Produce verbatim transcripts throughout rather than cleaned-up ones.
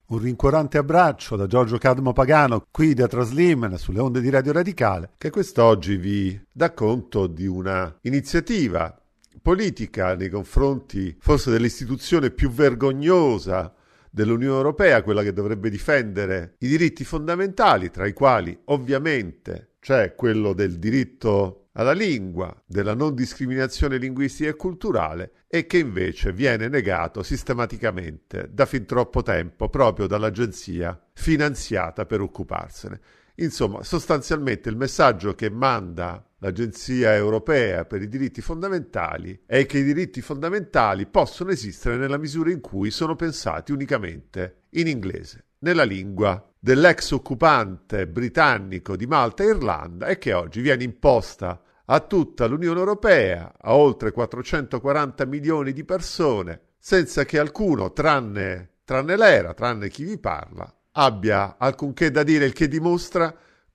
Un rincuorante abbraccio da Giorgio Cadmo Pagano, qui da Traslim, sulle onde di Radio Radicale, che quest'oggi vi dà conto di una iniziativa politica nei confronti forse dell'istituzione più vergognosa dell'Unione Europea, quella che dovrebbe difendere i diritti fondamentali, tra i quali ovviamente c'è quello del diritto alla lingua, della non discriminazione linguistica e culturale, e che invece viene negato sistematicamente da fin troppo tempo proprio dall'agenzia finanziata per occuparsene. Insomma, sostanzialmente il messaggio che manda l'Agenzia Europea per i diritti fondamentali è che i diritti fondamentali possono esistere nella misura in cui sono pensati unicamente in inglese, nella lingua dell'ex occupante britannico di Malta e Irlanda, e che oggi viene imposta a tutta l'Unione Europea, a oltre quattrocentoquaranta milioni di persone, senza che alcuno, tranne, tranne l'era, tranne chi vi parla, abbia alcunché da dire, il che dimostra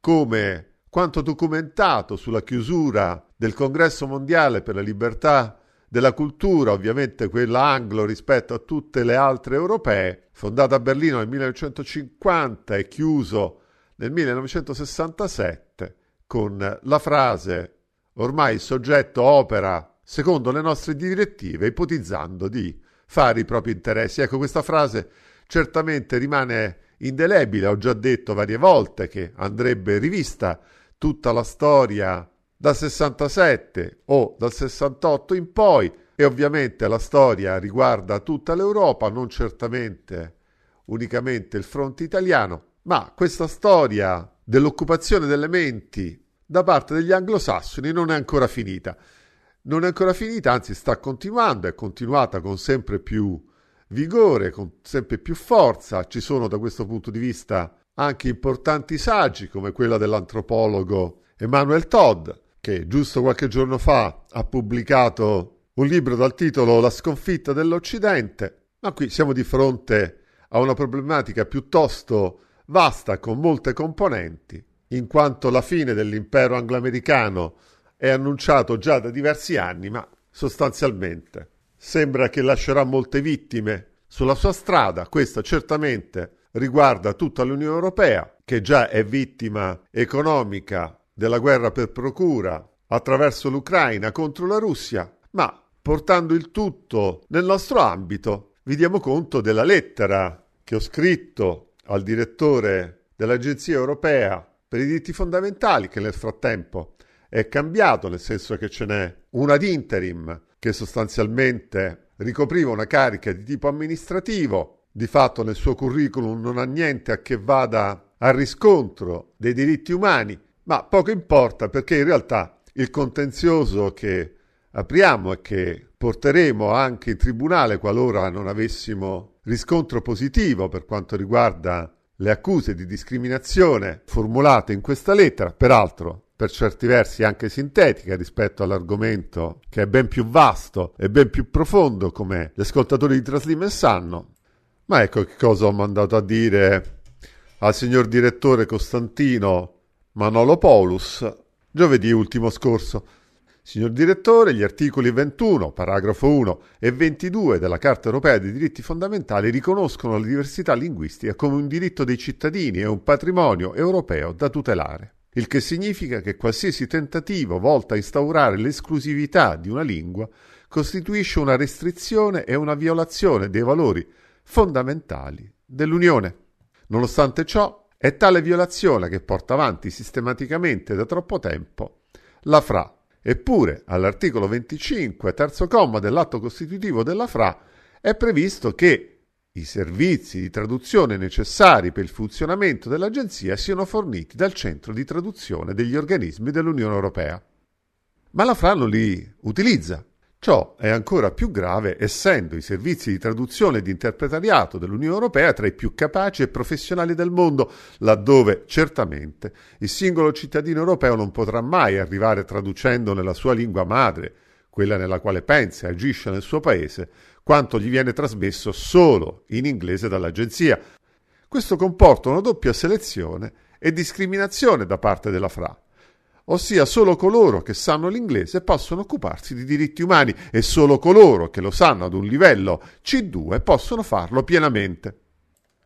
come quanto documentato sulla chiusura del Congresso Mondiale per la Libertà della Cultura, ovviamente quella anglo rispetto a tutte le altre europee, fondato a Berlino nel millenovecentocinquanta e chiuso nel millenovecentosessantasette, con la frase ormai il soggetto opera secondo le nostre direttive, ipotizzando di fare i propri interessi. Ecco, questa frase certamente rimane indelebile. Ho già detto varie volte che andrebbe rivista tutta la storia dal sessantasette o dal sessantotto in poi, e ovviamente la storia riguarda tutta l'Europa, non certamente unicamente il fronte italiano, ma questa storia dell'occupazione delle menti da parte degli anglosassoni non è ancora finita. Non è ancora finita, anzi sta continuando, è continuata con sempre più vigore, con sempre più forza. Ci sono da questo punto di vista anche importanti saggi, come quella dell'antropologo Emanuel Todd, che giusto qualche giorno fa ha pubblicato un libro dal titolo La sconfitta dell'Occidente. Ma qui siamo di fronte a una problematica piuttosto vasta, con molte componenti, in quanto la fine dell'impero angloamericano è annunciato già da diversi anni, ma sostanzialmente sembra che lascerà molte vittime sulla sua strada. Questo certamente riguarda tutta l'Unione Europea, che già è vittima economica della guerra per procura attraverso l'Ucraina contro la Russia, ma portando il tutto nel nostro ambito, vi diamo conto della lettera che ho scritto al direttore dell'Agenzia Europea per i diritti fondamentali, che nel frattempo è cambiato, nel senso che ce n'è una ad interim che sostanzialmente ricopriva una carica di tipo amministrativo. Di fatto nel suo curriculum non ha niente a che vada al riscontro dei diritti umani, ma poco importa, perché in realtà il contenzioso che apriamo e che porteremo anche in tribunale qualora non avessimo riscontro positivo per quanto riguarda le accuse di discriminazione formulate in questa lettera, peraltro per certi versi anche sintetica rispetto all'argomento, che è ben più vasto e ben più profondo, come gli ascoltatori di Traslim sanno. Ma ecco che cosa ho mandato a dire al signor direttore Costantino Manolopoulos giovedì ultimo scorso. Signor direttore, gli articoli ventuno, paragrafo uno e ventidue della Carta Europea dei diritti fondamentali riconoscono la diversità linguistica come un diritto dei cittadini e un patrimonio europeo da tutelare, il che significa che qualsiasi tentativo volto a instaurare l'esclusività di una lingua costituisce una restrizione e una violazione dei valori fondamentali dell'Unione. Nonostante ciò, è tale violazione che porta avanti sistematicamente da troppo tempo la F R A. Eppure, all'articolo venticinque, terzo comma dell'atto costitutivo della F R A, è previsto che i servizi di traduzione necessari per il funzionamento dell'agenzia siano forniti dal centro di traduzione degli organismi dell'Unione Europea. Ma la F R A non li utilizza. Ciò è ancora più grave, essendo i servizi di traduzione e di interpretariato dell'Unione Europea tra i più capaci e professionali del mondo, laddove certamente il singolo cittadino europeo non potrà mai arrivare traducendo nella sua lingua madre, quella nella quale pensa e agisce nel suo paese, quanto gli viene trasmesso solo in inglese dall'agenzia. Questo comporta una doppia selezione e discriminazione da parte della F R A. Ossia solo coloro che sanno l'inglese possono occuparsi di diritti umani e solo coloro che lo sanno ad un livello C due possono farlo pienamente.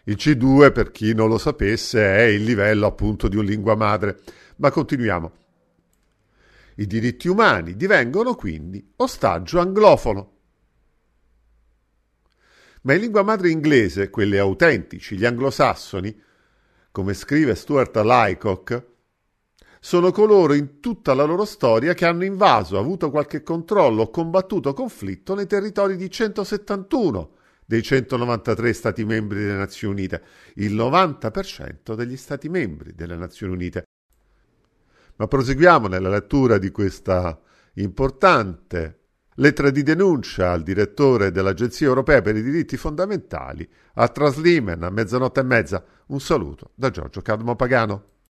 Il C due, per chi non lo sapesse, è il livello appunto di un lingua madre. Ma continuiamo. I diritti umani divengono quindi ostaggio anglofono. Ma in lingua madre inglese, quelli autentici, gli anglosassoni, come scrive Stuart Lycock, sono coloro in tutta la loro storia che hanno invaso, avuto qualche controllo o combattuto conflitto nei territori di centosettantuno dei centonovantatré Stati membri delle Nazioni Unite, il novanta per cento degli Stati membri delle Nazioni Unite. Ma proseguiamo nella lettura di questa importante lettera di denuncia al direttore dell'Agenzia Europea per i diritti fondamentali, a Traslimen, a mezzanotte e mezza. Un saluto da Giorgio Cadmo Pagano.